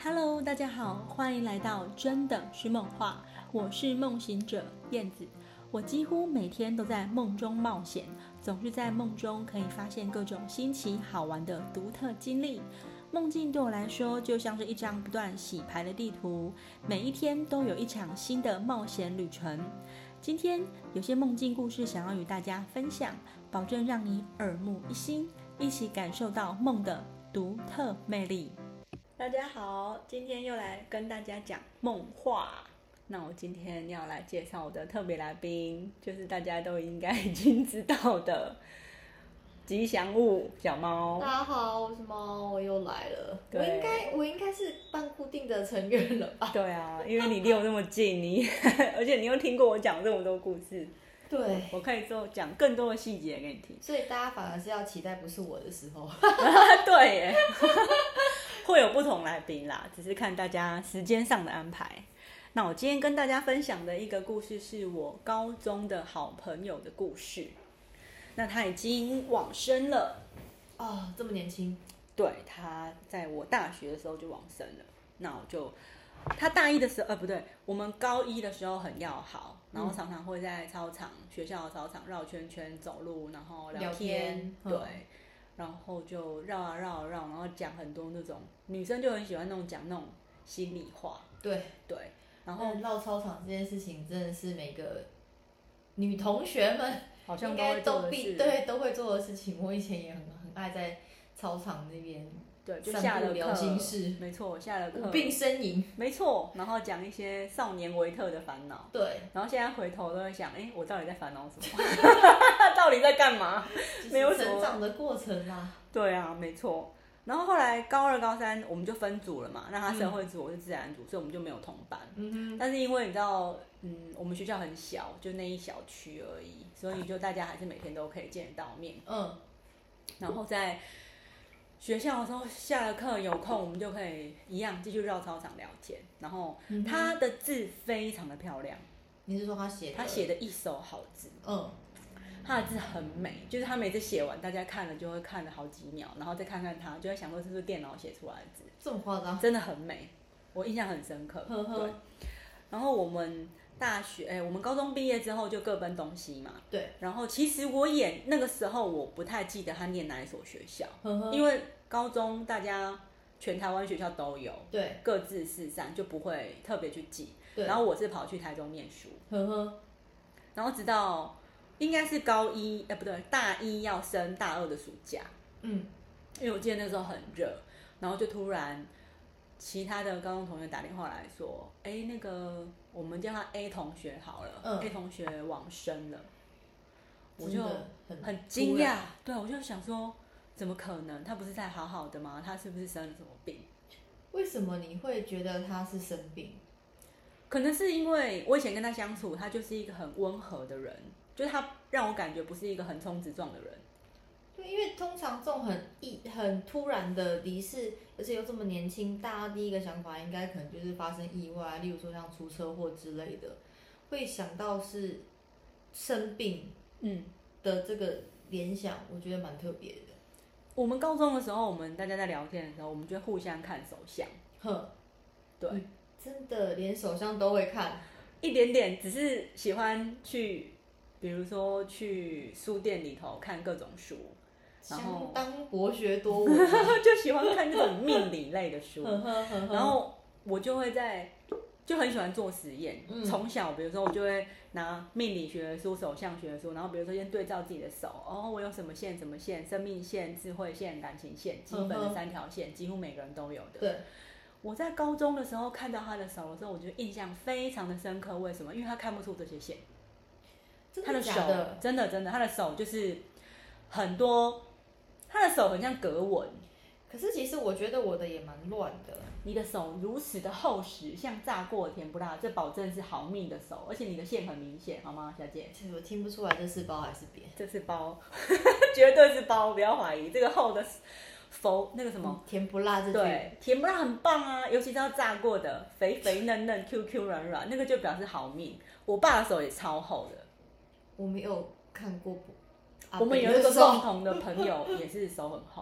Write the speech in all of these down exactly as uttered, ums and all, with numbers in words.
Hello， 大家好，欢迎来到真的是梦话，我是梦行者燕子。我几乎每天都在梦中冒险，总是在梦中可以发现各种新奇好玩的独特经历。梦境对我来说就像是一张不断洗牌的地图，每一天都有一场新的冒险旅程。今天有些梦境故事想要与大家分享，保证让你耳目一新，一起感受到梦的独特魅力。大家好，今天又来跟大家讲梦话。那我今天要来介绍我的特别来宾，就是大家都应该已经知道的吉祥物小猫。 大家好，我是猫，我又来了。我应该我应该是半固定的成员了吧？ 对啊，因为你离我那么近，你而且你又听过我讲这么多故事， 对， 我可以做讲更多的细节给你听。 所以大家反而是要期待不是我的时候。 对耶，会有不同来宾啦，只是看大家时间上的安排。那我今天跟大家分享的一个故事是我高中的好朋友的故事。那他已经往生了哦，这么年轻？ 对，他在我大学的时候就往生了。那我就他大一的时候，呃，不对，我们高一的时候很要好，然后常常会在操场、嗯、学校的操场绕圈圈走路，然后聊天， 聊天对。嗯，然后就绕啊绕啊绕，然后讲很多那种女生就很喜欢那种讲那种心里话， 对对。然后绕操场这件事情真的是每个女同学们好像应该都必对都会做的事情。我以前也很很爱在操场那边对，就下了课聊心事， 没错，下了课无病呻吟， 没错。然后讲一些少年维特的烦恼， 对。 然后现在回头都会想，哎，我到底在烦恼什么？到底在干嘛？ 没有成长的过程啊。 对啊，没错。然后后来高二、高三我们就分组了嘛，那他社会组，我是自然组，所以我们就没有同班。嗯，但是因为你知道，嗯，我们学校很小，就那一小区而已，所以就大家还是每天都可以见得到面。嗯，然后在学校的时候下了课有空，我们就可以一样继续绕操场聊天。然后他的字非常的漂亮。 你是说他写的？ 他写的一手好字。嗯。他的字很美，就是他每次写完，大家看了就会看了好几秒，然后再看看他，就会想说是不是电脑写出来的字。 这么夸张？ 真的很美，我印象很深刻。呵呵，对。然后我们大学，哎，我们高中毕业之后就各奔东西嘛。对。然后其实我也那个时候我不太记得他念哪一所学校，呵呵，因为高中大家全台湾学校都有，对，各自四散，就不会特别去记。对。然后我是跑去台中念书，呵呵。然后直到应该是高一，哎，不对，大一要升大二的暑假，嗯，因为我记得那时候很热，然后就突然其他的高中同学打电话来说，哎，那个我们叫他 A 同学好了，嗯，A 同学往生了，我就很惊讶，对，我就想说，怎么可能？他不是在好好的吗？他是不是生了什么病？ 为什么你会觉得他是生病？ 可能是因为我以前跟他相处，他就是一个很温和的人。就是他让我感觉不是一个横冲直撞的人。 对，因为通常这种很意很突然的离世，而且又这么年轻，大家第一个想法应该可能就是发生意外，例如说像出车祸之类的，会想到是生病，嗯的这个联想，我觉得蛮特别的。 我们高中的时候，我们大家在聊天的时候，我们就会互相看手相。哼，对、嗯， 真的连手相都会看， 一点点，只是喜欢去。比如说去书店里头看各种书， 然后相当博学多闻， 就喜欢看那种命理类的书。然后我就会在，就很喜欢做实验。从、嗯、小，比如说我就会拿命理学的书、手相学的书，然后比如说先对照自己的手，哦，我有什么线、什么线，生命线、智慧线、感情线，基本的三条线，几乎每个人都有的。对。我在高中的时候看到他的手的时候，我觉得印象非常的深刻。为什么？因为他看不出这些线。 真的假的？ 他的手真的真的，他的手就是很多，他的手很像格纹。 可是其实我觉得我的也蛮乱的。 你的手如此的厚实，像炸过的甜不辣，这保证是好命的手，而且你的线很明显，好吗，小姐？ 其实我听不出来这是包还是扁。 这是包，绝对是包，不要怀疑。这个厚的佛那个什么、 嗯、甜不辣这句， 对，甜不辣很棒啊，尤其是要炸过的，肥肥嫩嫩、Q Q 软软，那个就表示好命。我爸的手也超厚的。 我没有看过， 我们有一个共同的朋友也是手很厚，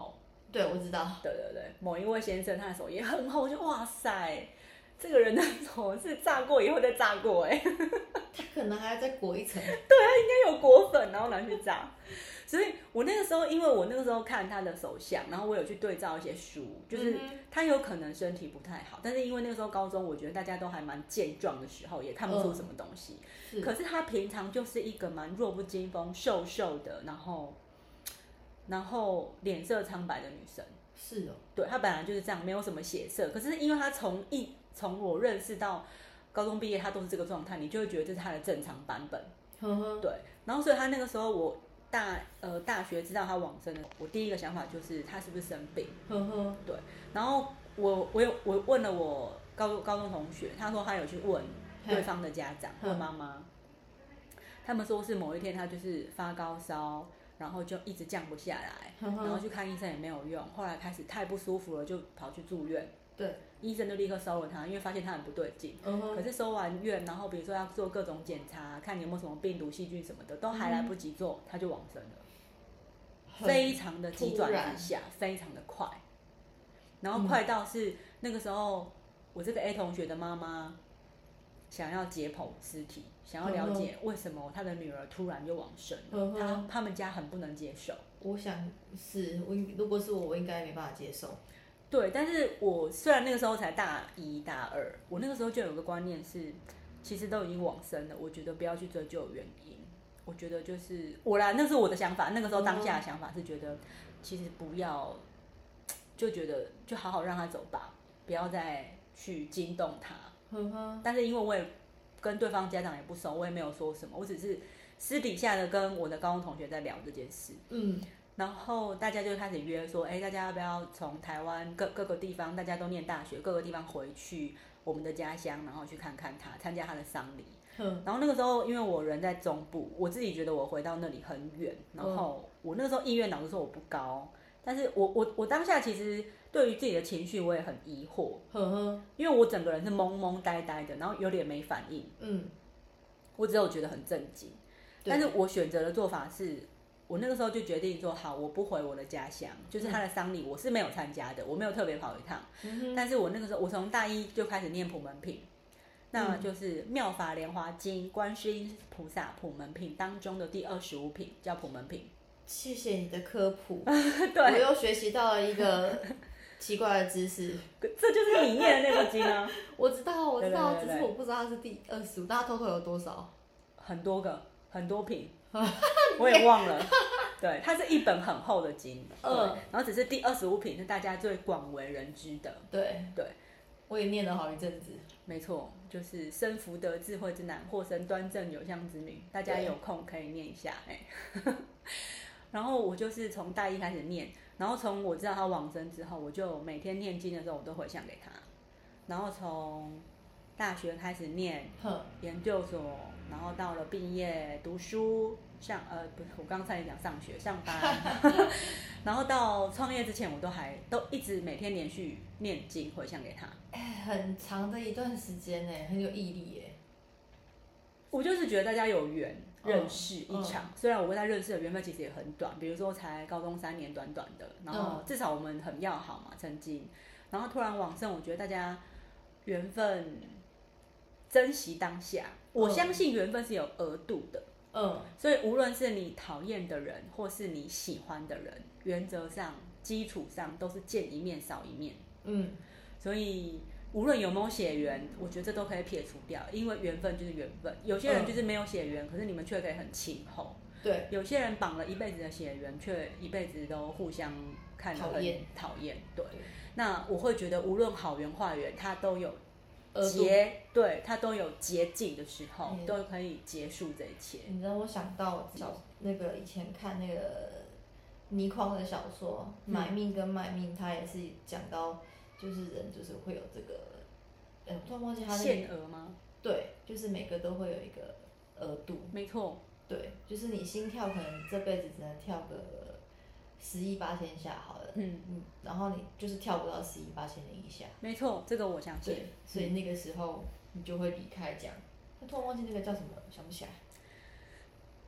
对，我知道。 对对对，某一位先生他的手也很厚，我就哇塞，这个人的手是炸过以后再炸过哎、欸， 他可能还要再裹一层。 对，他应该有裹粉，然后拿去炸。所以我那个时候，因为我那个时候看他的手相，然后我有去对照一些书，就是他有可能身体不太好，但是因为那个时候高中，我觉得大家都还蛮健壮的时候，也看不出什么东西。嗯、是可是他平常就是一个蛮弱不禁风、瘦瘦的，然后然后脸色苍白的女生。 是哦。 对，他本来就是这样，没有什么血色。可是因为他从一从我认识到高中毕业，他都是这个状态，你就会觉得这是他的正常版本。 呵呵对，然后所以他那个时候我。大呃大学知道他往生了，我第一个想法就是他是不是生病？ 呵呵对，然后我我有我问了我高高中同学，他说他有去问对方的家长，问妈妈，他们说是某一天他就是发高烧，然后就一直降不下来，呵呵然后去看医生也没有用，后来开始太不舒服了，就跑去住院。 对， 医生就立刻收了他，因为发现他很不对劲。Uh-huh. 可是收完院，然后比如说要做各种检查，看你有没有什么病毒、细菌什么的，都还来不及做，他就往生了，非常的急转直下，非常的快。然后快到是、嗯、那个时候，我这个 A 同学的妈妈想要解剖尸体，想要了解为什么他的女儿突然就往生了， uh-huh. 他他们家很不能接受。 我想是我，如果是我，我应该没办法接受。 对，但是我虽然那个时候才大一大二，我那个时候就有个观念是，其实都已经往生了，我觉得不要去追究原因。我觉得就是我啦，那是我的想法，那个时候当下的想法是觉得，其实不要，就觉得就好好让他走吧，不要再去惊动他。嗯、但是因为我也跟对方家长也不熟，我也没有说什么，我只是私底下的跟我的高中同学在聊这件事。嗯。然后大家就开始约说，哎，大家要不要从台湾各各个地方，大家都念大学，各个地方回去我们的家乡，然后去看看他，参加他的丧礼。嗯。然后那个时候，因为我人在中部，我自己觉得我回到那里很远，然后我那个时候意愿老实说我不高，但是我我我当下其实对于自己的情绪我也很疑惑，呵因为我整个人是懵懵呆呆的，然后有点没反应。嗯。我只有觉得很震惊，但是我选择的做法是。我那个时候就决定说好，我不回我的家乡，就是他的丧礼我是没有参加的，我没有特别跑一趟。嗯、但是我那个时候，我从大一就开始念普门品，那就是《妙法莲华经》观世音菩萨普门品当中的第二十五品，叫普门品。 谢谢你的科普， 对， 我又学习到了一个奇怪的知识。 这就是你念的那部经啊！ 我知道，我知道，对对对对，只是我不知道它是第二十五，那它 total 有多少？ 很多个，很多品。我也忘了，对，它是一本很厚的经，嗯，然后只是第二十五品是大家最广为人知的， 对对， 我也念了好一阵子， 没错，就是生福德智慧之男，或生端正有相之女，大家有空可以念一下，哎，然后我就是从大一开始念，然后从我知道他往生之后，我就每天念经的时候我都回向给他，然后从大学开始念研究所。然后到了毕业读书上呃不是我刚才讲上学上班，然后到创业之前我都还都一直每天连续念经回向给他， 哎，很长的一段时间呢，很有毅力耶。 我就是觉得大家有缘认识一场，嗯嗯、虽然我跟他认识的缘分其实也很短，比如说才高中三年短短的，然后至少我们很要好嘛，曾经，然后突然往生，我觉得大家缘分珍惜当下。我相信缘分是有额度的，嗯，所以无论是你讨厌的人，或是你喜欢的人，原则上、基础上都是见一面少一面，嗯，所以无论有没有血缘，我觉得这都可以撇除掉，因为缘分就是缘分。有些人就是没有血缘，嗯、可是你们却可以很亲厚，对，有些人绑了一辈子的血缘，却一辈子都互相看得很讨厌，对。那我会觉得，无论好缘坏缘，它都有。结对它都有捷径的时候，嗯、都可以结束这一切。 你知道我想到小那个以前看那个倪匡的小说《买命跟卖命》，他也是讲到，就是人就是会有这个，哎，我突然忘记他那个限额吗？ 对，就是每个都会有一个额度。 没错。 对，就是你心跳可能这辈子只能跳个十亿八千下好了，嗯嗯，然后你就是跳不到十亿八千零一下。 没错，这个我相信。 对，所以那个时候你就会离开这样。我突然忘记那个叫什么，想不起来。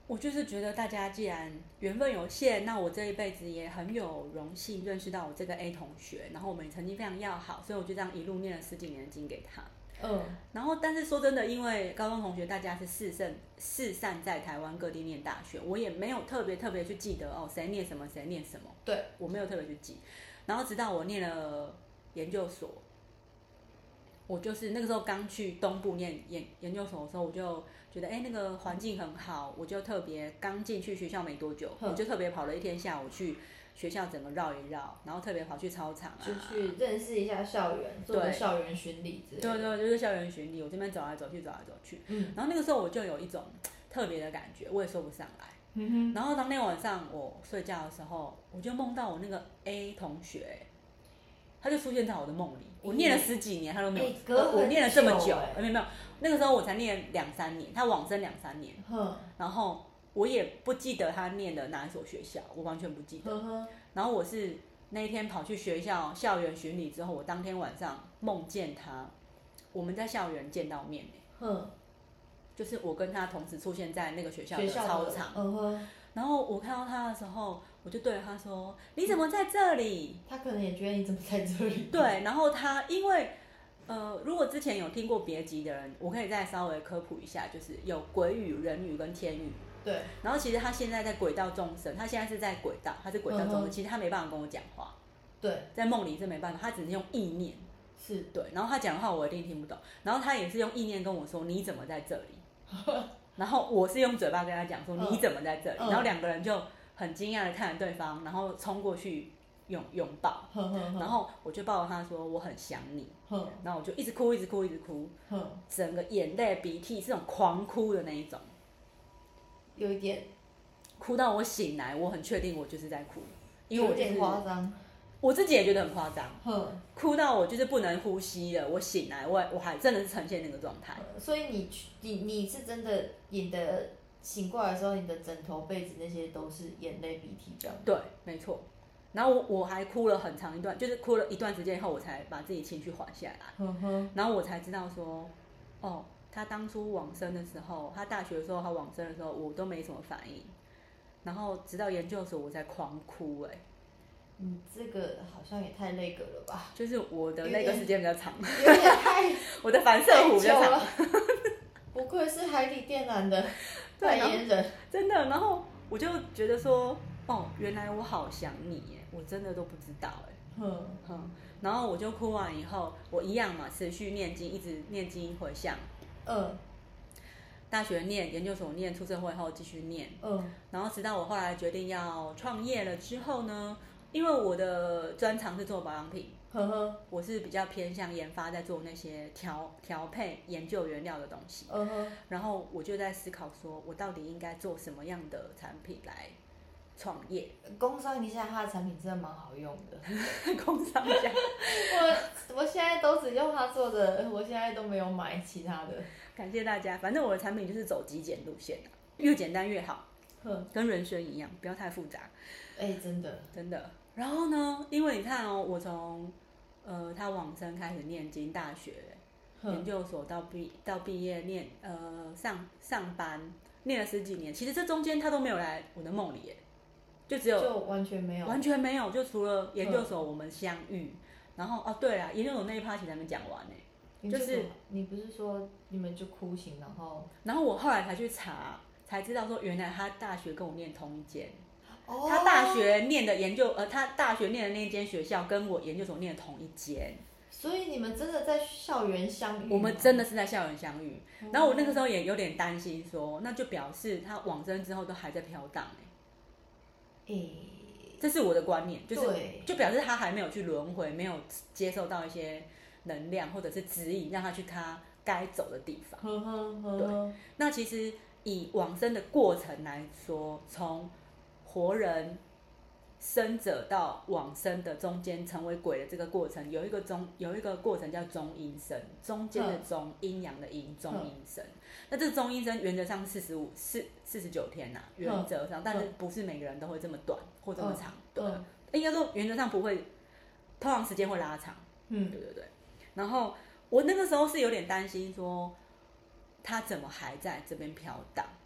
我就是觉得大家既然缘分有限，那我这一辈子也很有荣幸认识到我这个 A 同学，然后我们也曾经非常要好，所以我就这样一路念了十几年的经给他。嗯，然后但是说真的，因为高中同学大家是四散四散在台湾各地念大学，我也没有特别特别去记得哦谁念什么谁念什么， 对我没有特别去记。然后直到我念了研究所，我就是那个时候刚去东部念研研究所的时候，我就觉得哎那个环境很好，我就特别刚进去学校没多久，我就特别跑了一天下午去学校整个绕一绕，然后特别跑去操场啊， 就去认识一下校园，做个校园巡礼之类的。 对对，就是校园巡礼，我这边走来走去，走来走去。嗯。然后那个时候我就有一种特别的感觉，我也说不上来。嗯哼。然后当天晚上我睡觉的时候，我就梦到我那个 A 同学，他就出现在我的梦里。我念了十几年，他都没有。 欸、隔我念了这么久，没有没有，那个时候我才念两三年，他往生两三年。嗯。然后。我也不记得他念的哪一所学校，我完全不记得。呵呵，然后我是那一天跑去学校校园巡礼之后，我当天晚上梦见他，我们在校园见到面。嗯，就是我跟他同时出现在那个学校的操场。嗯，然后我看到他的时候，我就对着他说：“你怎么在这里？” 他可能也觉得你怎么在这里。 对，然后他因为。呃，如果之前有听过别集的人，我可以再稍微科普一下，就是有鬼语、人语跟天语。 对。 然后其实他现在在轨道众生，他现在是在轨道，他是轨道众生，嗯、其实他没办法跟我讲话。 对。 在梦里是没办法，他只是用意念。 是。 对，然后他讲的话我一定听不懂，然后他也是用意念跟我说你怎么在这里，然后我是用嘴巴跟他讲说你怎么在这里，嗯、然后两个人就很惊讶的看着对方，然后冲过去。拥拥抱，然后我就抱着他说我很想你，然后我就一直哭一直哭一直哭，整个眼泪鼻涕是那种狂哭的那一种， 有一点哭到我醒来，我很确定我就是在哭， 因为我、就是、有点夸张， 我自己也觉得很夸张，哭到我就是不能呼吸了，我醒来我我还真的是呈现那个状态， 所以你你你是真的你的醒过来的时候，你的枕头被子那些都是眼泪鼻涕这样， 对，没错。然后我我还哭了很长一段，就是哭了一段时间以后，我才把自己情绪缓下来。嗯哼。然后我才知道说，哦，他当初往生的时候，他大学的时候他往生的时候，我都没什么反应。然后直到研究所我才狂哭哎、欸。 嗯，这个好像也太那个了吧？ 就是我的那个时间比较长， 有点太我的反射弧比较长。 不愧是海底电缆的代言人， 真的。然后我就觉得说，哦，原来我好想你耶。我真的都不知道哎，嗯嗯，然后我就哭完以后，我一样嘛，持续念经，一直念经回向，嗯，大学念，研究所念，出社会后继续念，嗯，然后直到我后来决定要创业了之后呢，因为我的专长是做保养品，呵呵，我是比较偏向研发，在做那些调调配、研究原料的东西，嗯哼，然后我就在思考说，我到底应该做什么样的产品来。创业， 工商一下，他的产品真的蛮好用的。 工商一下， 我我现在都只用他做的，我现在都没有买其他的。 感谢大家，反正我的产品就是走极简路线的，越简单越好。跟人生一样，不要太复杂。 哎、欸，真的真的。然后呢，因为你看哦，我从呃他往生开始念经，大学、研究所到毕到毕业念呃上上班，念了十几年，其实这中间他都没有来我的梦里耶。就只有就完全没有， 完全没有，就除了研究所我们相遇，然后哦对啦，研究所那一趴其实还没讲完呢，就是你不是说你们就哭醒，然后然后我后来才去查，才知道说原来他大学跟我念同一间，哦，他大学念的研究呃他大学念的那间学校跟我研究所念的同一间， 所以你们真的在校园相遇？ 我们真的是在校园相遇，嗯、然后我那个时候也有点担心说，那就表示他往生之后都还在飘荡。欸、这是我的观念，就是就表示他还没有去轮回，没有接受到一些能量或者是指引，让他去他该走的地方。呵呵呵对，那其实以往生的过程来说，从活人生者到往生的中间成为鬼的这个过程，有一个中有一个过程叫中阴身，中间的中阴阳的阴，中阴身。那这个中阴身原则上四十五四四十九天呐、啊，原则上，但是不是每个人都会这么短或这么长，对，应该说原则上不会，通常时间会拉长，嗯，对对对。然后我那个时候是有点担心说，他怎么还在这边飘荡？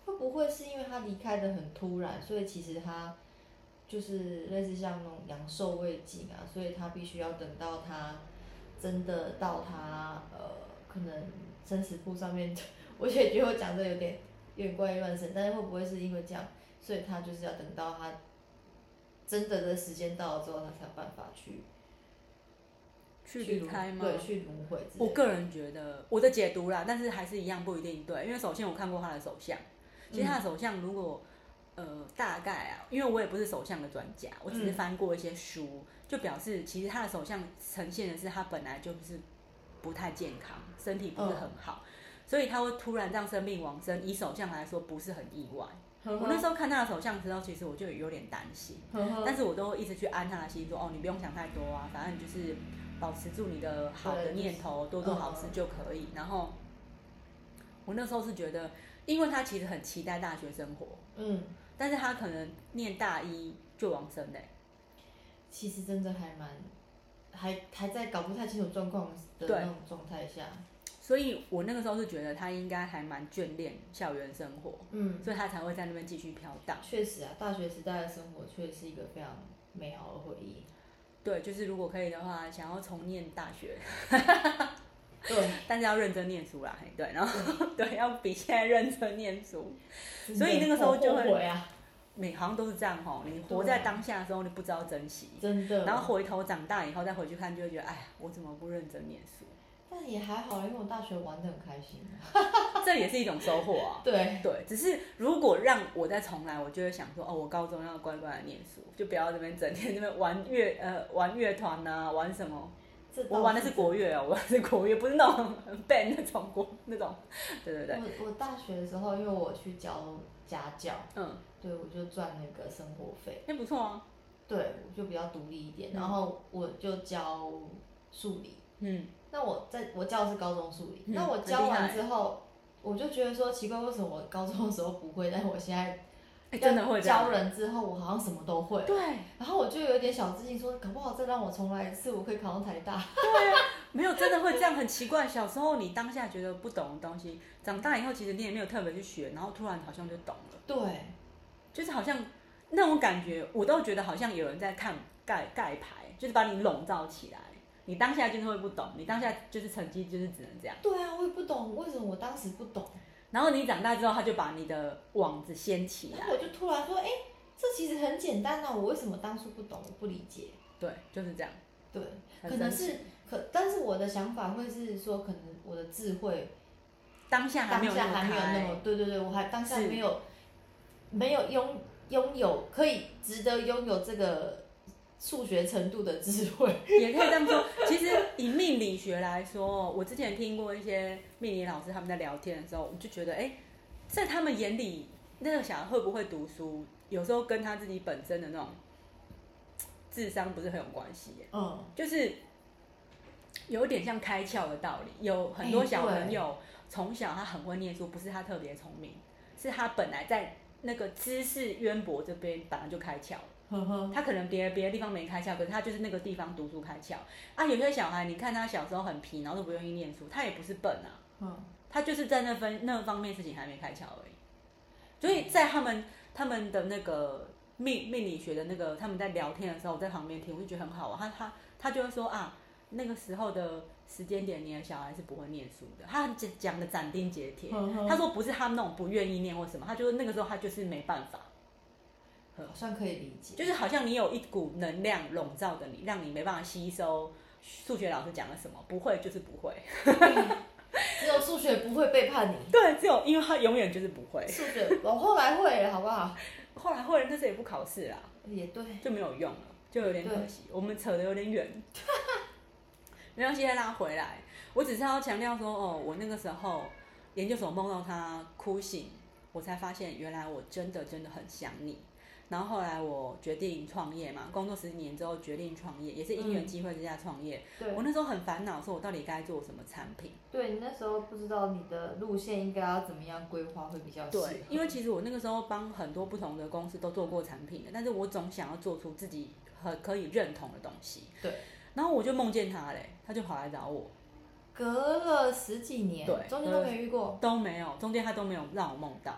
会不会是因为他离开的很突然，所以其实他就是类似像那种阳寿未尽啊，所以他必须要等到他真的到他呃可能生死簿上面，我也觉得我讲的有点有点怪力乱神，但是会不会是因为这样，所以他就是要等到他真的的时间到了之后，他才有办法去。 去离开吗？ 对，去轮回。 我个人觉得我的解读啦，但是还是一样不一定对，因为首先我看过他的手相，其实他的手相如果、嗯、呃大概啊，因为我也不是手相的专家，我只是翻过一些书，嗯、就表示其实他的手相呈现的是他本来就是不太健康，身体不是很好，嗯、所以他会突然这样生病往生，以手相来说不是很意外。呵呵我那时候看他的手相的时候，其实我就有点担心，呵呵但是我都一直去安他的心说，哦，你不用想太多啊，反正就是。保持住你的好的念头，多做好事就可以。然后我那时候是觉得，因为他其实很期待大学生活，嗯，但是他可能念大一就往生嘞、欸。 其实真的还蛮，还还在搞不太清楚状况的那种状态下。 所以我那个时候是觉得他应该还蛮眷恋校园生活，嗯，所以他才会在那边继续飘荡。 确实啊，大学时代的生活确实是一个非常美好的回忆。 对，就是如果可以的话，想要重念大学， 对， 但是要认真念书啦，对，然后 对, 对，要比现在认真念书，所以那个时候就会， 啊、 每好像都是这样吼，你活在当下的时候，你不知道珍惜， 真的， 然后回头长大以后再回去看，就会觉得，哎呀，我怎么不认真念书？ 但也还好，因为我大学玩得很开心， 这也是一种收获啊。 对对，只是如果让我再重来，我就会想说，哦，我高中要乖乖的念书，就不要这边整天这边玩乐呃玩乐团啊，玩什么？我玩的是国乐哦，我玩的是国乐，不是那种 band 那种国那种。对对对。 我我大学的时候，因为我去教家教，嗯，对，我就赚那个生活费， 那不错啊。 对，我就比较独立一点，然后我就教数理，嗯。那我在我教的是高中数理，嗯、那我教完之后，我就觉得说奇怪，为什么我高中的时候不会，但是我现在真的会教人之后，我好像什么都会。 对。 然后我就有点小自信说，搞不好再让我重来一次，我可以考上台大。 对啊，没有真的会这样，很奇怪。小时候你当下觉得不懂的东西，长大以后其实你也没有特别去学，然后突然好像就懂了。 对。 就是好像那种感觉，我都觉得好像有人在看盖盖牌，就是把你笼罩起来。你当下就是会不懂，你当下就是成绩就是只能这样。 对啊，我也不懂为什么我当时不懂。 然后你长大之后，他就把你的网子掀起来。 然后我就突然说，哎、欸，这其实很简单啊，我为什么当初不懂？我不理解。 对，就是这样。 对，可能是可，但是我的想法会是说，可能我的智慧当下还没有那么开， 当下还没有那么，对对对，我还当下没有没有拥拥有可以值得拥有这个。数学程度的智慧也可以这样说。其实以命理学来说，我之前听过一些命理老师他们在聊天的时候，我就觉得，哎，在他们眼里，那个小孩会不会读书，有时候跟他自己本身的那种智商不是很有关系。嗯，就是有点像开窍的道理。有很多小朋友从小他很会念书，不是他特别聪明，是他本来在那个知识渊博这边本来就开窍了。他可能别的别的地方没开窍，可是他就是那个地方读书开窍啊。有些小孩，你看他小时候很皮，然后都不愿意念书，他也不是笨啊，嗯，他就是在那分那方面事情还没开窍而已。所以在他们他们的那个命命理学的那个他们在聊天的时候，我在旁边听，我就觉得很好玩。他他他就会说啊，那个时候的时间点，你的小孩是不会念书的。他讲讲的斩钉截铁，他说不是他们那种不愿意念或什么，他就说那个时候他就是没办法。 好像可以理解， 就是好像你有一股能量笼罩着你，让你没办法吸收数学老师讲了什么，不会就是不会。 只有数学不会背叛你。 对，只有因为他永远就是不会。 数学我后来会了，好不好？ 后来会了，但是也不考试啦。 也对， 就没有用了，就有点可惜。我们扯得有点远。没关系，再拉回来。我只是要强调说，哦，我那个时候研究所梦到他哭醒，我才发现原来我真的真的很想你。然后后来我决定创业嘛，工作十年之后决定创业，也是因缘机会之下创业。嗯、对，我那时候很烦恼，说我到底该做什么产品。 对，你那时候不知道你的路线应该要怎么样规划会比较适合。 对，因为其实我那个时候帮很多不同的公司都做过产品的，但是我总想要做出自己很可以认同的东西。 对， 然后我就梦见他嘞，他就跑来找我。 隔了十几年， 对， 中间都没遇过， 都没有，中间他都没有让我梦到。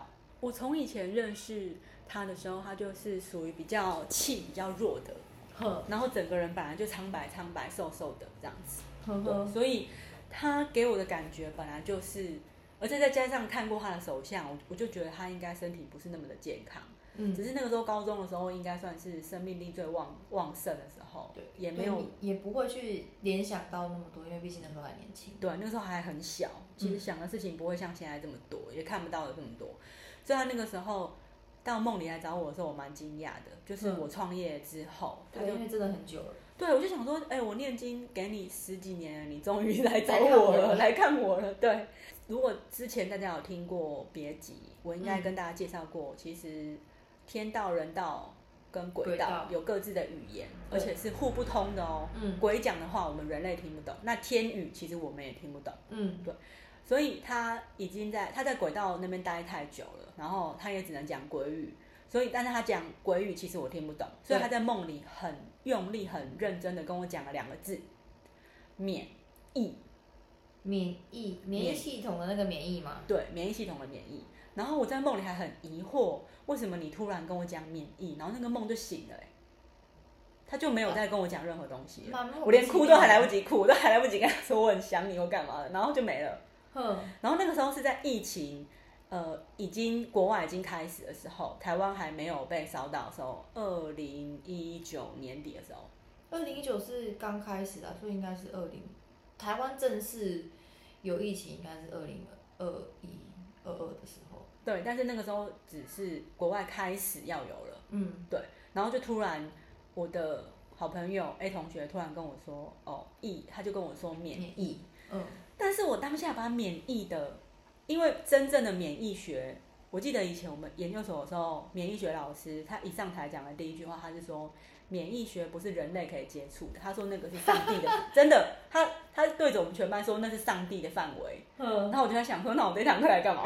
我从以前认识他的时候，他就是属于比较气比较弱的，然后整个人本来就苍白苍白瘦瘦的这样子，对，所以他给我的感觉本来就是，而且再加上看过他的手相，我我就觉得他应该身体不是那么的健康。嗯，只是那个时候高中的时候，应该算是生命力最旺旺盛的时候， 对， 也没有也不会去联想到那么多，因为毕竟那时候还年轻。 对，那时候还很小，其实想的事情不会像现在这么多，嗯、也看不到的这么多。所以他那个时候到梦里来找我的时候，我蛮惊讶的，就是我创业之后， 嗯、他就因为真的很久了。 对，我就想说，哎、欸，我念经给你十几年了，你终于来找我了，来看我了。对，如果之前大家有听过别集，我应该跟大家介绍过，嗯、其实。天道、人道跟鬼道有各自的语言，而且是互不通的哦。嗯，鬼讲的话我们人类听不懂，那天语其实我们也听不懂。嗯，对，所以他已经在他在鬼道那边待太久了，然后他也只能讲鬼语，所以但是他讲鬼语其实我听不懂，所以他在梦里很用力、很认真的跟我讲了两个字：免疫。 免疫，免疫系统的那个免疫吗？ 对，免疫系统的免疫。然后我在梦里还很疑惑，为什么你突然跟我讲免疫，然后那个梦就醒了、欸，他就没有再跟我讲任何东西了，我连哭都还来不及哭，我都还来不及跟他说我很想你或干嘛的，然后就没了。然后那个时候是在疫情，呃，已经国外已经开始的时候，台湾还没有被烧到的时候，二零一九年底的时候。 二零一九是刚开始啊，所以应该是二零，台湾正式有疫情应该是二零二一。二二的时候， 对，但是那个时候只是国外开始要有了，嗯，对，然后就突然我的好朋友 A 同学突然跟我说，哦，疫，他就跟我说免疫，嗯，但是我当下把免疫的，因为真正的免疫学，我记得以前我们研究所的时候，免疫学老师他一上台讲的第一句话，他是说。免疫学不是人类可以接触的，他说那个是上帝的，真的，他他对着我们全班说那是上帝的范围。嗯，然后我就在想说，那我这堂课来干嘛？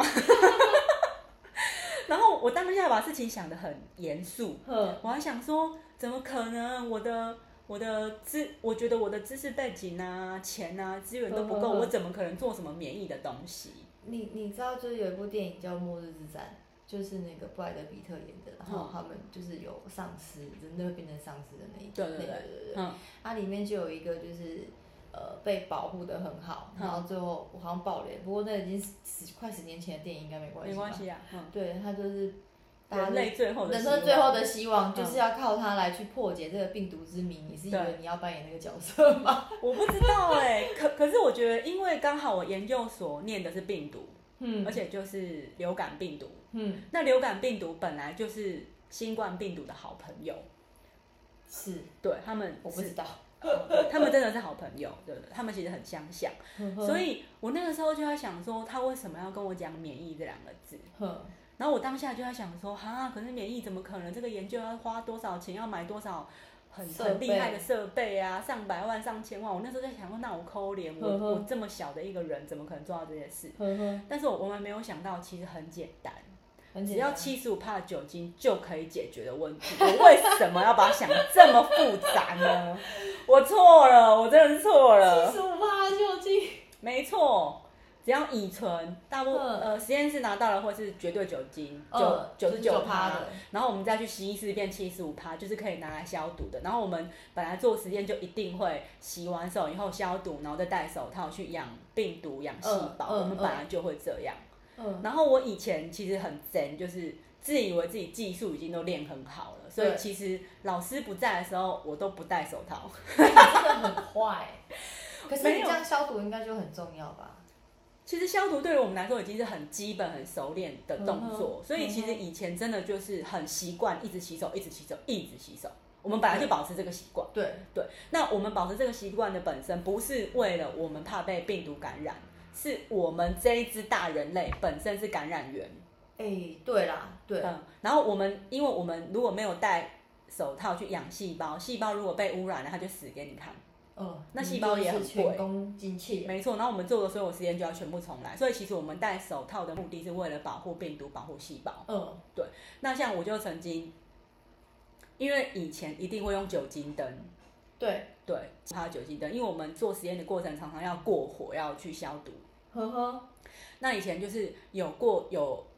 然后我当下把事情想得很严肃，嗯，我还想说，怎么可能？我的我的知，我觉得我的知识背景啊、钱啊、资源都不够，我怎么可能做什么免疫的东西？ 你你知道，就是有一部电影叫《末日之战》。就是那个布莱德比特演的，然后他们就是有丧尸，人类会变成丧尸的那一对对对对对对，嗯，它里面就有一个就是呃被保护的很好，然后最后我好像爆雷，不过那已经十快十年前的电影应该没关系， 没关系啊，嗯， 对，他就是人类最后的人生最后的希望，就是要靠他来去破解这个病毒之谜。你是以为你要扮演那个角色吗？ 我不知道哎、欸，可可是我觉得，因为刚好我研究所念的是病毒。嗯，而且就是流感病毒，嗯，那流感病毒本来就是新冠病毒的好朋友， 是， 对他们， 我不知道， 他们真的是好朋友，对不对？他们其实很相像，所以我那个时候就在想说，他为什么要跟我讲免疫这两个字？然后我当下就在想说，哈，可是免疫怎么可能？这个研究要花多少钱？要买多少？很很厉害的设备啊，上百万、上千万。我那时候在想说，那我抠脸，我我这么小的一个人，怎么可能做到这些事？但是我完全没有想到，其实很简单，只要七十五帕的酒精就可以解决的问题。我为什么要把它想得这么复杂呢？我错了，我真的是错了。 七十五帕的酒精， 没错。只要乙醇，大部分呃实验室拿到了或是绝对酒精，九九十九趴的，然后我们再去稀释变七十五趴，就是可以拿来消毒的。然后我们本来做实验就一定会洗完手以后消毒，然后再戴手套去养病毒、养细胞，我们本来就会这样。然后我以前其实很zen，就是自以为自己技术已经都练很好了，所以其实老师不在的时候，我都不戴手套。 你真的很坏，可是你这样消毒应该就很重要吧？ 其实消毒对于我们来说已经是很基本、很熟练的动作，所以其实以前真的就是很习惯一直洗手、一直洗手、一直洗手。我们本来就保持这个习惯。 对对，那我们保持这个习惯的本身，不是为了我们怕被病毒感染，是我们这一只大人类本身是感染源。 哎、欸，对啦，对。 嗯，然后我们，因为我们如果没有戴手套去养细胞，细胞如果被污染了，它就死给你看。 嗯， 那细胞也很贵， 全工精气， 没错。然后我们做的所有实验就要全部重来，所以其实我们戴手套的目的是为了保护病毒、保护细胞。嗯，对。那像我就曾经，因为以前一定会用酒精灯， 对对，还有酒精灯，因为我们做实验的过程常常要过火，要去消毒。呵呵。那以前就是有过有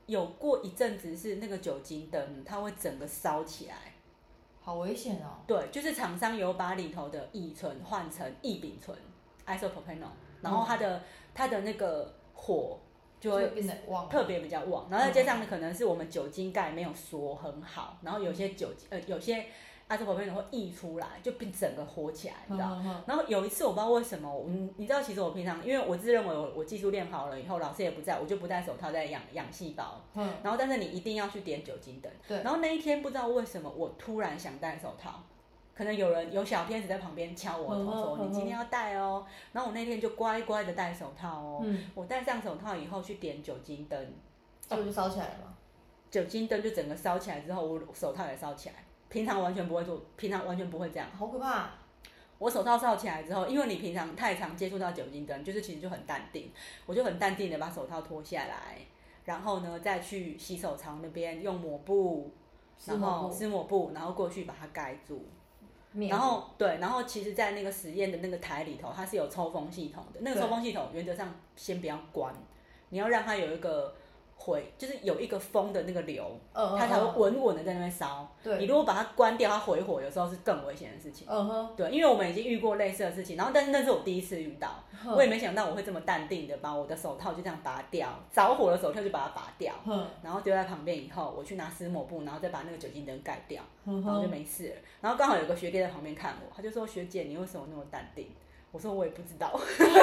有过一阵子是那个酒精灯，它会整个烧起来， 好危险哦。 对，就是厂商有把里头的乙醇换成异丙醇 isopropanol， 然后它的、嗯、它的那个火就会变得旺， 特别比较旺，然后再加上可能是我们酒精盖没有锁很好，然后有些酒呃有些 isopropanol 会溢出来，就变整个火起来，你知道？嗯嗯、然后有一次我不知道为什么，你你知道，其实我平常因为我自认为我我技术练好了以后，老师也不在，我就不戴手套在养养细胞。嗯。然后但是你一定要去点酒精灯。对。然后那一天不知道为什么我突然想戴手套，可能有人有小天使在旁边敲我头说、嗯、你今天要戴哦。然后我那天就乖乖的戴手套哦。嗯。我戴上手套以后去点酒精灯， 就就烧起来了吗？ 酒精灯就整个烧起来之后，我手套也烧起来。平常完全不会做，平常完全不会这样， 好可怕、啊。 我手套烧起来之后，因为你平常太常接触到酒精灯，就是其实就很淡定，我就很淡定的把手套脱下来，然后呢再去洗手槽那边用抹布，然后湿抹布，然后过去把它盖住。然后对，然后其实，在那个实验的那个台里头，它是有抽风系统的，那个抽风系统原则上先不要关，你要让它有一个。回就是有一个风的那个流，嗯、它才会稳稳的在那边烧。对，你如果把它关掉，它回火有时候是更危险的事情。嗯哼，对，因为我们已经遇过类似的事情，然后但是那是我第一次遇到，嗯、我也没想到我会这么淡定的把我的手套就这样拔掉，着火的手套就把它拔掉，嗯、然后丢在旁边以后，我去拿湿抹布，然后再把那个酒精灯盖掉，嗯、然后就没事了。然后刚好有个学弟在旁边看我，他就说：“学姐，你为什么那么淡定？”我说：“我也不知道。”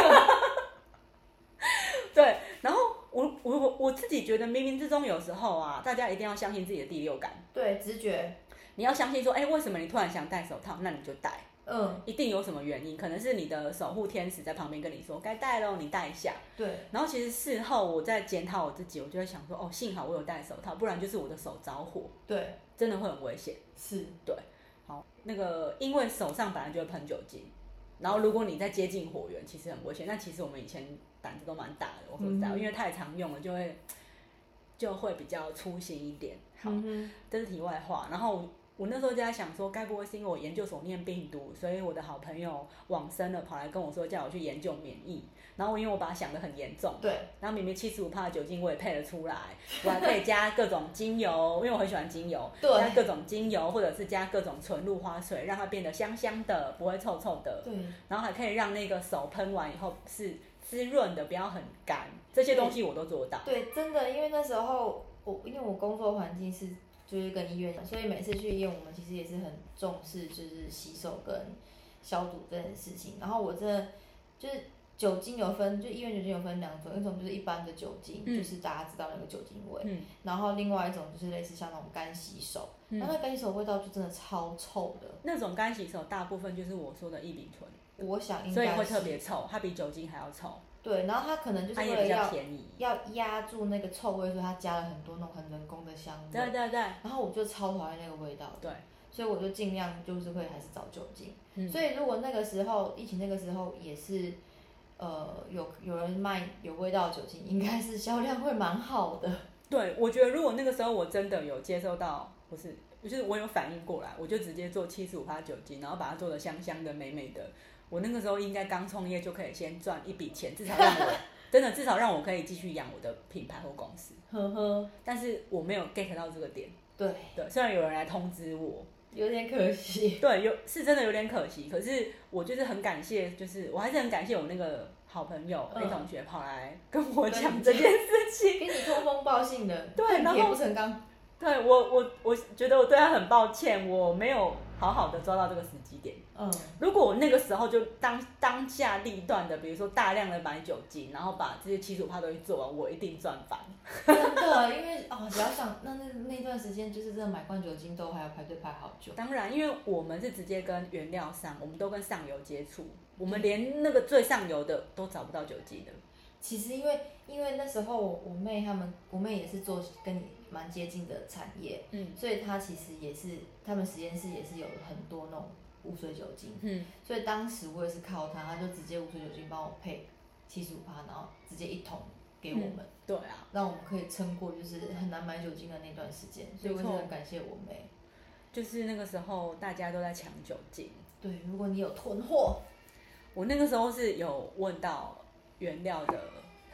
对，然后我我我自己觉得冥冥之中有时候啊，大家一定要相信自己的第六感， 对，直觉， 你要相信说，哎，为什么你突然想戴手套，那你就戴，嗯，一定有什么原因，可能是你的守护天使在旁边跟你说该戴咯，你戴一下，对。然后其实事后我在检讨我自己，我就会想说，哦，幸好我有戴手套，不然就是我的手着火，对，真的会很危险，是，对。好，那个因为手上本来就会喷酒精。然后如果你再接近火源，其实很危险。那其实我们以前胆子都蛮大的，我说实在，嗯、因为太常用了，就会就会比较粗心一点。好，嗯、这是题外话。然后我那时候就在想说，该不会是因为我研究所念病毒，所以我的好朋友往生了，跑来跟我说叫我去研究免疫。然后因为我把它想得很严重，对。然后明明七十五趴的酒精我也配了出来，我还可以加各种精油，因为我很喜欢精油，对，加各种精油或者是加各种纯露花水，让它变得香香的，不会臭臭的。对。然后还可以让那个手喷完以后是滋润的，不要很干。这些东西我都做到。 对，真的，因为那时候我因为我工作环境是就是跟医院，所以每次去医院我们其实也是很重视就是洗手跟消毒这件事情。然后我真的就是。酒精有分，就医院酒精有分两种，一种就是一般的酒精，嗯、就是大家知道那个酒精味，嗯、然后另外一种就是类似像那种干洗手，嗯、然后那干洗手味道就真的超臭的。 那种干洗手大部分就是我说的异丙醇， 我想应该是， 所以会特别臭，它比酒精还要臭。 对，然后它可能就是为了要要压住那个臭味，所以它加了很多那种很人工的香味。 对对对。 然后我就超讨厌那个味道。对。所以我就尽量就是会还是找酒精。嗯、所以如果那个时候疫情那个时候也是。呃，有有人卖有味道的酒精，应该是销量会蛮好的。 对，我觉得如果那个时候我真的有接受到，不是，就是我有反应过来，我就直接做七十五趴酒精，然后把它做得香香的、美美的。我那个时候应该刚创业就可以先赚一笔钱，至少让我真的至少让我可以继续养我的品牌或公司。呵呵。但是我没有 get 到这个点。对对，虽然有人来通知我。 有点可惜， 对，有是真的有点可惜。可是我就是很感谢，就是我还是很感谢我那个好朋友 A、嗯、同学跑来跟我讲这件事情， 给你通风报信的， 对，然后铁不成钢。 对我我我觉得我对他很抱歉，我没有好好的抓到这个时机点。嗯，如果我那个时候就当当下立断的，比如说大量的买酒精，然后把这些七十五趴东西做完，我一定赚翻。 真的，因为哦，只要想那那那段时间，就是真的买罐酒精都还要排队排好久。 当然，因为我们是直接跟原料商，我们都跟上游接触，我们连那个最上游的都找不到酒精的。 其实因为因为那时候我我妹他们，我妹也是做跟你蛮接近的产业，嗯，所以她其实也是他们实验室也是有很多那种无水酒精，嗯，所以当时我也是靠她，她就直接无水酒精帮我配七十五趴，然后直接一桶给我们，嗯、 对啊， 让我们可以撑过就是很难买酒精的那段时间，所以我也很感谢我妹。 就是那个时候大家都在抢酒精， 对，如果你有囤货， 我那个时候是有问到原料的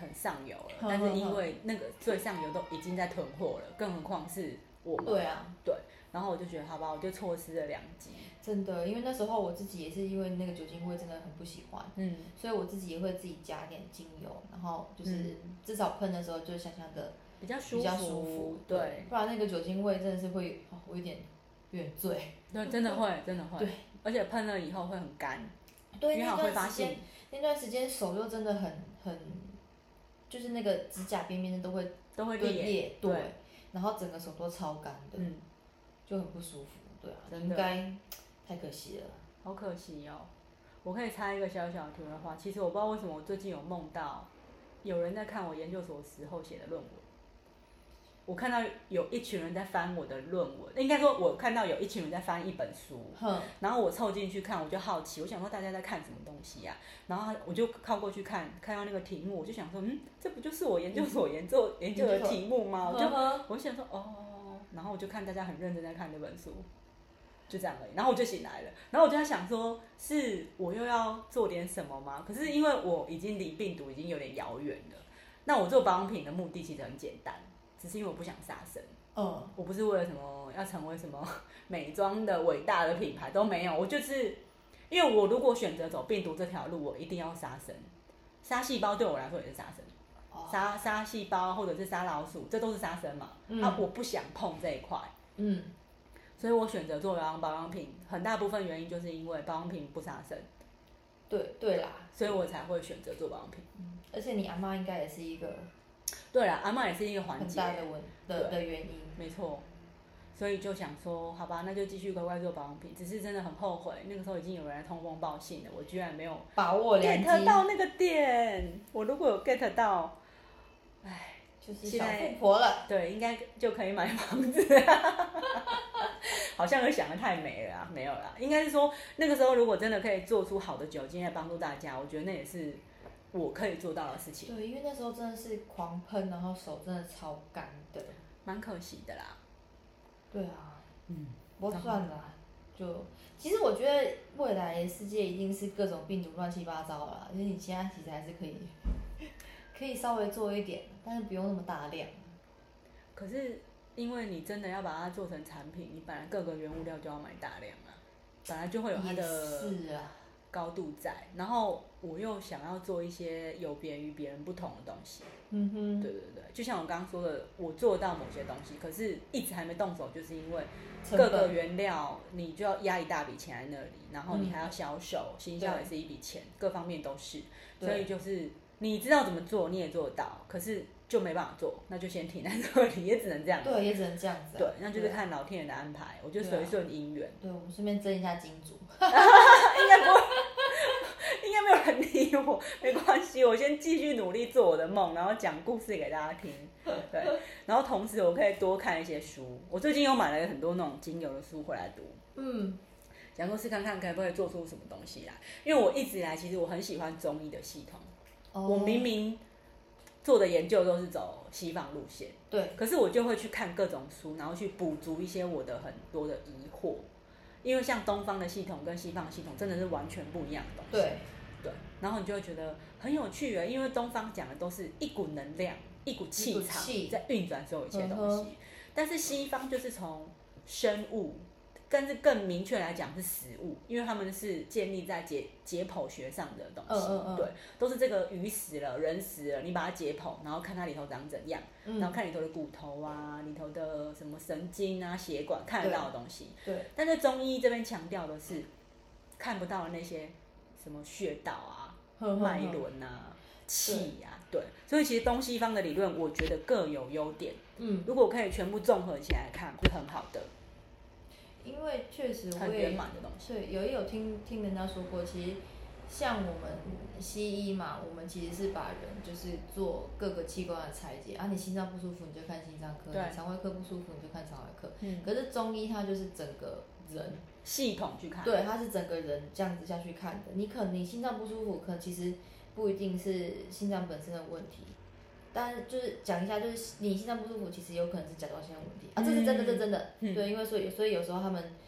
很上游了，但是因为那个最上游都已经在囤货了，更何况是我们。 对啊， 对。然后我就觉得好吧，我就错失了良机。 真的，因为那时候我自己也是因为那个酒精味真的很不喜欢，嗯，所以我自己也会自己加点精油，然后就是至少喷的时候就香香的， 比较舒服， 比较舒服，对，不然那个酒精味真的是会，哦、我有点有点醉。 对，真的会，真的会。对，而且喷了以后会很干。 对，那段时间那段时间手又真的很很，就是那个指甲边边的都会都会裂，对，然后整个手都超干的，嗯，就很不舒服。对啊，应该太可惜了， 好可惜哦。我可以插一个小小的题外话，其实我不知道为什么我最近有梦到有人在看我研究所时候写的论文。我看到有一群人在翻我的论文，应该说我看到有一群人在翻一本书，然后我凑进去看，我就好奇，我想说大家在看什么东西呀、啊？然后我就靠过去看，看到那个题目，我就想说，嗯，这不就是我研究所研究、嗯、研究的题目吗？我就我就想说，哦，然后我就看大家很认真在看那本书。就这样而已，然后我就醒来了，然后我就在想说，是我又要做点什么吗？可是因为我已经离病毒已经有点遥远了，那我做保养品的目的其实很简单，只是因为我不想杀生。嗯，我不是为了什么要成为什么美妆的伟大的品牌都没有，我就是因为我如果选择走病毒这条路，我一定要杀生，杀细胞对我来说也是杀生，杀杀细胞或者是杀老鼠，这都是杀生嘛。嗯、啊，我不想碰这一块。嗯。所以我选择做保养品，很大部分原因就是因为保养品不杀生。 对对啦， 所以我才会选择做保养品。 嗯、而且你阿嬷应该也是一个， 对啦，阿嬷也是一个环节， 很大的文的的原因。 没错，所以就想说，好吧，那就继续乖乖做保养品。只是真的很后悔，那个时候已经有人来通风报信了，我居然没有把握良机 get 到那个点。我如果有 get 到，唉， 就是小富婆了。 对，应该就可以买房子。好像想得太美了啊，没有啦，应该是说那个时候如果真的可以做出好的酒精来帮助大家，我觉得那也是我可以做到的事情。 对，因为那时候真的是狂喷，然后手真的超干的， 蛮可惜的啦。 对啊，嗯，不过算了，就其实我觉得未来的世界一定是各种病毒乱七八糟了，因为你现在其实还是可以，可以稍微做一点，但是不用那么大量。 可是。因为你真的要把它做成产品，你本来各个原物料就要买大量啊，本来就会有它的高度在，啊、然后我又想要做一些有别于别人不同的东西，嗯哼，对对对，就像我刚刚说的，我做到某些东西，可是一直还没动手，就是因为各个原料你就要压一大笔钱在那里，然后你还要销售，行销也是一笔钱，各方面都是，所以就是你知道怎么做，你也做得到，可是。就没办法做，那就先停在这里，也只能这样。 对，也只能这样子、啊。 对，那就是看老天爷的安排，我就随顺因缘。 对，我们顺便争一下金主。 应该不会，应该没有人理我，没关系，我先继续努力做我的梦，然后讲故事给大家听。对，然后同时我可以多看一些书，我最近又买了很多那种精油的书回来读。嗯。想说试看看可不可以做出什么东西来，因为我一直以来其实我很喜欢中医的系统，哦、我明明。做的研究都是走西方路线，对，可是我就会去看各种书，然后去补足一些我的很多的疑惑，因为像东方的系统跟西方的系统真的是完全不一样的东西，对，对，然后你就会觉得很有趣啊，因为东方讲的都是一股能量、一股气场在运转所有一切东西，嗯、但是西方就是从生物。但是更明确来讲是食物，因为他们是建立在解解剖学上的东西，嗯嗯嗯对，都是这个鱼死了，人死了，你把它解剖，然后看它里头长怎样，嗯、然后看里头的骨头啊，里头的什么神经啊、血管看得到的东西，对。对但是中医这边强调的是看不到的那些什么穴道啊、脉轮啊、气啊，对。所以其实东西方的理论，我觉得各有优点，嗯，如果可以全部综合起来看，是很好的。 因为确实我也对有也有听听人家说过，其实像我们西医嘛，我们其实是把人就是做各个器官的拆解啊，你心脏不舒服你就看心脏科，你肠胃科不舒服你就看肠胃科。嗯。可是中医它就是整个人系统去看， 对，它是整个人这样子下去看的。你可能你心脏不舒服，可能其实不一定是心脏本身的问题。但是就是讲一下，就是你心脏不舒服，其实有可能是甲状腺的问题啊，这是真的，这是真的，嗯、对，因为所以所以有时候他们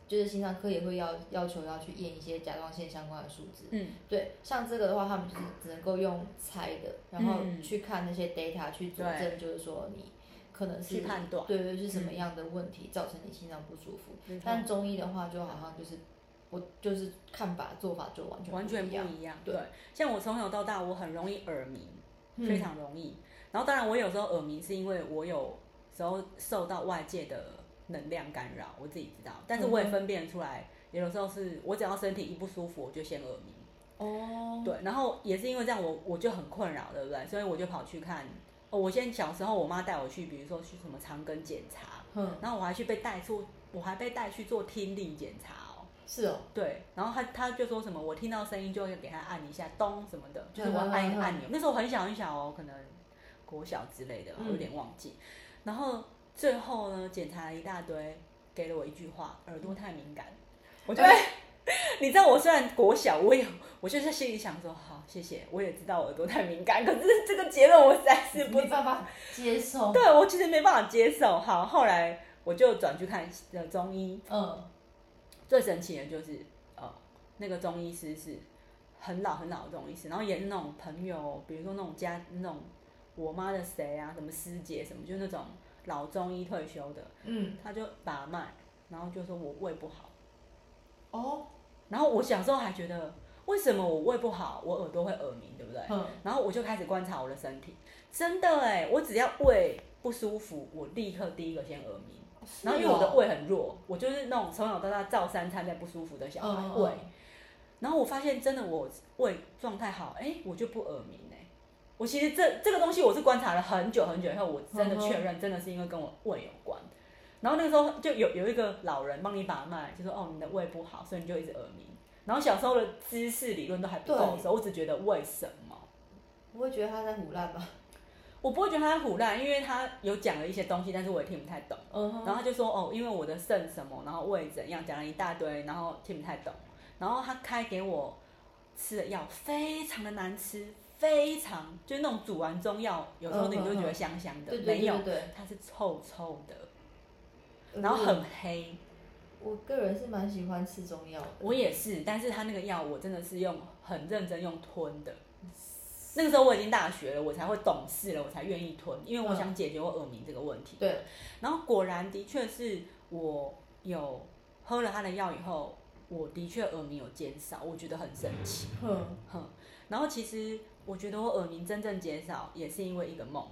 就是心脏科也会要要求要去验一些甲状腺相关的数字。嗯，对，像这个的话，他们就是只能够用猜的，然后去看那些 data 去佐证，就是说你可能是去判断， 对对，是什么样的问题造成你心脏不舒服。嗯、但中医的话，就好像就是我就是看法做法就完全完全不一样。 对， 像我从小到大，我很容易耳鸣，嗯、非常容易。然后当然我有时候耳鸣是因为我有时候受到外界的能量干扰，我自己知道，但是我也分辨出来，有的时候是我只要身体一不舒服，我就先耳鸣。哦。对，然后也是因为这样我，我我就很困扰，对不对？所以我就跑去看，哦，我先小时候我妈带我去，比如说去什么肠根检查，嗯，然后我还去被带出，我还被带去做听力检查哦。 是哦。 对，然后他他就说什么，我听到声音就会给他按一下咚什么的，就是我要按一个按钮。那时候很小很小哦，可能国小之类的，我有点忘记。然后最后呢，检查了一大堆，给了我一句话：耳朵太敏感。我觉得，你知道，我虽然国小，我也，我就在心里想说，好，谢谢，我也知道我耳朵太敏感，可是这个结论我实在是没办法接受。 对，我其实没办法接受。好，后来我就转去看呃中医。嗯。最神奇的就是，呃，那个中医师是很老很老的中医师，然后也是那种朋友，比如说那种家那种。我妈的谁啊，什么师姐什么，就是那种老中医退休的，嗯，他就把脉，然后就说我胃不好，哦，然后我小时候还觉得为什么我胃不好，我耳朵会耳鸣，对不对？嗯，然后我就开始观察我的身体，真的哎，我只要胃不舒服，我立刻第一个先耳鸣，然后因为我的胃很弱，我就是那种从小到大照三餐在不舒服的小孩，胃，然后我发现真的我胃状态好，哎，我就不耳鸣。我其实这这个东西我是观察了很久很久以后，我真的确认真的是因为跟我胃有关。然后那个时候就有有一个老人帮你把脉，就说哦你的胃不好，所以你就一直耳鸣。然后小时候的知识理论都还不够的时候，我只觉得为什么？ 不会觉得他在唬烂吧？ 我不会觉得他在唬烂，因为他有讲了一些东西，但是我也听不太懂。Uh-huh. 然后他就说哦，因为我的肾什么，然后胃怎样，讲了一大堆，然后听不太懂。然后他开给我吃的药非常的难吃。非常就是那种煮完中药，有时候你就觉得香香的，没有，它是臭臭的，然后很黑。 我个人是蛮喜欢吃中药的， 我也是，但是他那个药我真的是用很认真用吞的。那个时候我已经大学了，我才会懂事了，我才愿意吞，因为我想解决我耳鸣这个问题。 对， 然后果然的确是我有喝了他的药以后，我的确耳鸣有减少，我觉得很神奇。哼哼，然后其实。我觉得我耳鸣真正减少，也是因为一个梦。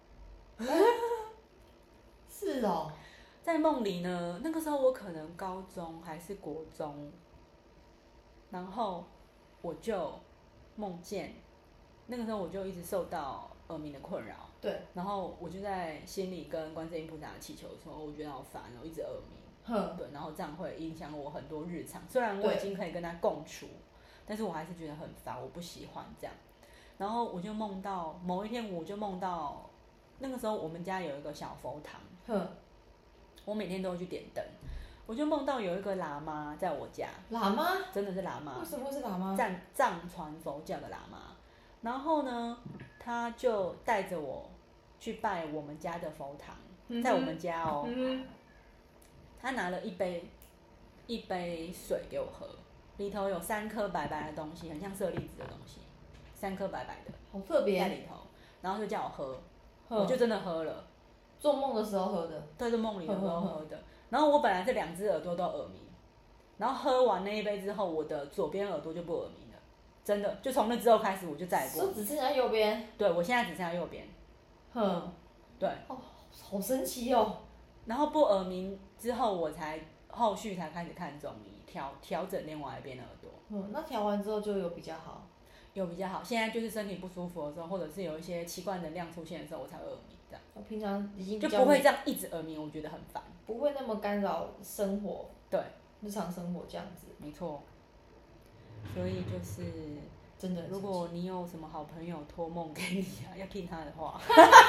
是哦， 在梦里呢，那个时候我可能高中还是国中，然后我就梦见，那个时候我就一直受到耳鸣的困扰。 对。 然后我就在心里跟观世音菩萨祈求说，我觉得好烦哦，一直耳鸣。哼。对，然后这样会影响我很多日常。虽然我已经可以跟他共处，但是我还是觉得很烦，我不喜欢这样。然后我就梦到某一天，我就梦到那个时候我们家有一个小佛堂，哼，我每天都会去点灯，我就梦到有一个喇嘛在我家。 喇嘛？ 真的是喇嘛？ 为什么会是喇嘛？ 藏藏传佛教的喇嘛。然后呢，他就带着我去拜我们家的佛堂，嗯、在我们家哦、嗯，他拿了一杯一杯水给我喝，里头有三颗白白的东西，很像舍利子的东西。三颗白白的， 好特别在里头，然后就叫我喝，我就真的喝了。 做梦的时候喝的， 对，是梦里的时候喝的。然后我本来是两只耳朵都耳鸣，然后喝完那一杯之后，我的左边耳朵就不耳鸣了，真的，就从那之后开始我就再也不耳鸣。 就只剩下右边。 对，我现在只剩下右边。哼，对。 哦，好神奇哦。 然后不耳鸣之后，我才后续才开始看中医，调调整另外一边的耳朵。 嗯，那调完之后就有比较好。 有比较好，现在就是身体不舒服的时候，或者是有一些奇怪能量出现的时候，我才会耳鸣这样。 我平常已经就不会这样一直耳鸣，我觉得很烦。 不会那么干扰生活， 对， 日常生活这样子。 没错。所以就是真的， 如果你有什么好朋友托梦给你啊，要听他的话。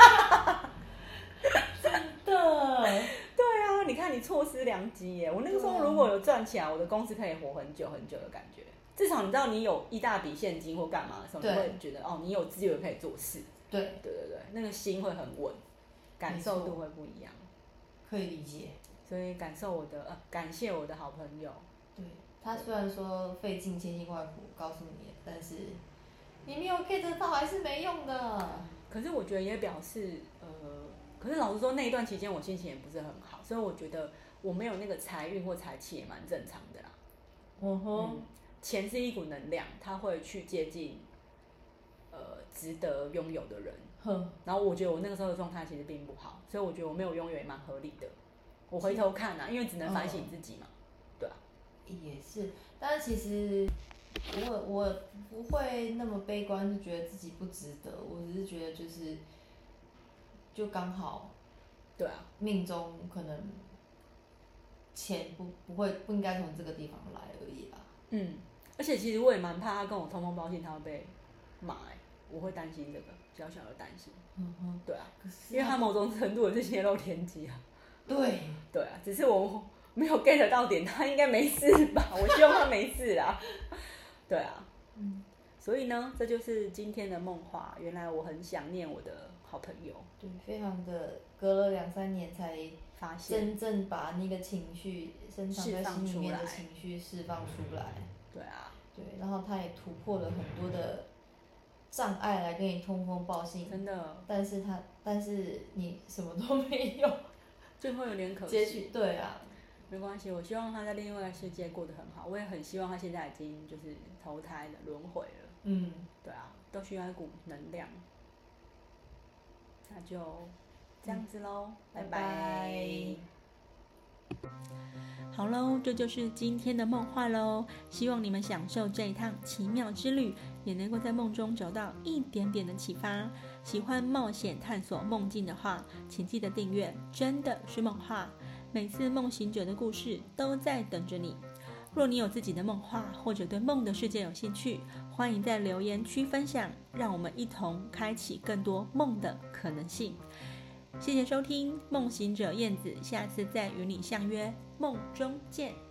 真的。 对啊，你看你错失良机耶！我那个时候如果有赚起来，我的公司可以活很久很久的感觉。至少你知道你有一大笔现金或干嘛的时候，你会觉得哦，你有资源可以做事。 对对对对，那个心会很稳，感受度会不一样。 可以理解。 所以感受我的呃感谢我的好朋友。 对，他虽然说费尽千辛万苦告诉你，但是你没有 get 到还是没用的。 可是我觉得也表示呃，可是老实说那一段期间我心情也不是很好，所以我觉得我没有那个财运或财气也蛮正常的啦。 嗯哼， 嗯，钱是一股能量，它会去接近呃值得拥有的人。哼，然后我觉得我那个时候的状态其实并不好，所以我觉得我没有拥有也蛮合理的。我回头看啊，因为只能反省自己嘛，嗯、对啊。 也是，但是其实我我不会那么悲观，就觉得自己不值得。我只是觉得就是就刚好， 对啊， 命中可能钱不不会不应该从这个地方来而已啦。 嗯，而且其实我也蛮怕他跟我通风报信，他会被骂、欸，我会担心这个，小小的担心。嗯哼，对啊，因为他某种程度也是泄露天机啊。 对， 对啊，只是我没有 get 到点，他应该没事吧？我希望他没事啦。对啊，嗯，所以呢，这就是今天的梦话。原来我很想念我的好朋友。 对，非常的隔了两三年才发现真正把那个情绪深藏在心里面的情绪释放出来。 对啊， 对，然后他也突破了很多的障碍来跟你通风报信。 真的， 但是他，但是你什么都没有。 就会有点可惜。 对啊， 没关系，我希望他在另外一个世界过得很好。我也很希望他现在已经就是投胎了、轮回了。嗯，对啊，都需要一股能量。那就这样子咯、嗯、拜拜。好喽，这就是今天的梦话喽。希望你们享受这一趟奇妙之旅，也能够在梦中找到一点点的启发。喜欢冒险探索梦境的话，请记得订阅，真的是梦话。每次梦行者的故事都在等着你。若你有自己的梦话，或者对梦的世界有兴趣，欢迎在留言区分享，让我们一同开启更多梦的可能性。谢谢收听梦行者燕子，下次再与你相约梦中见。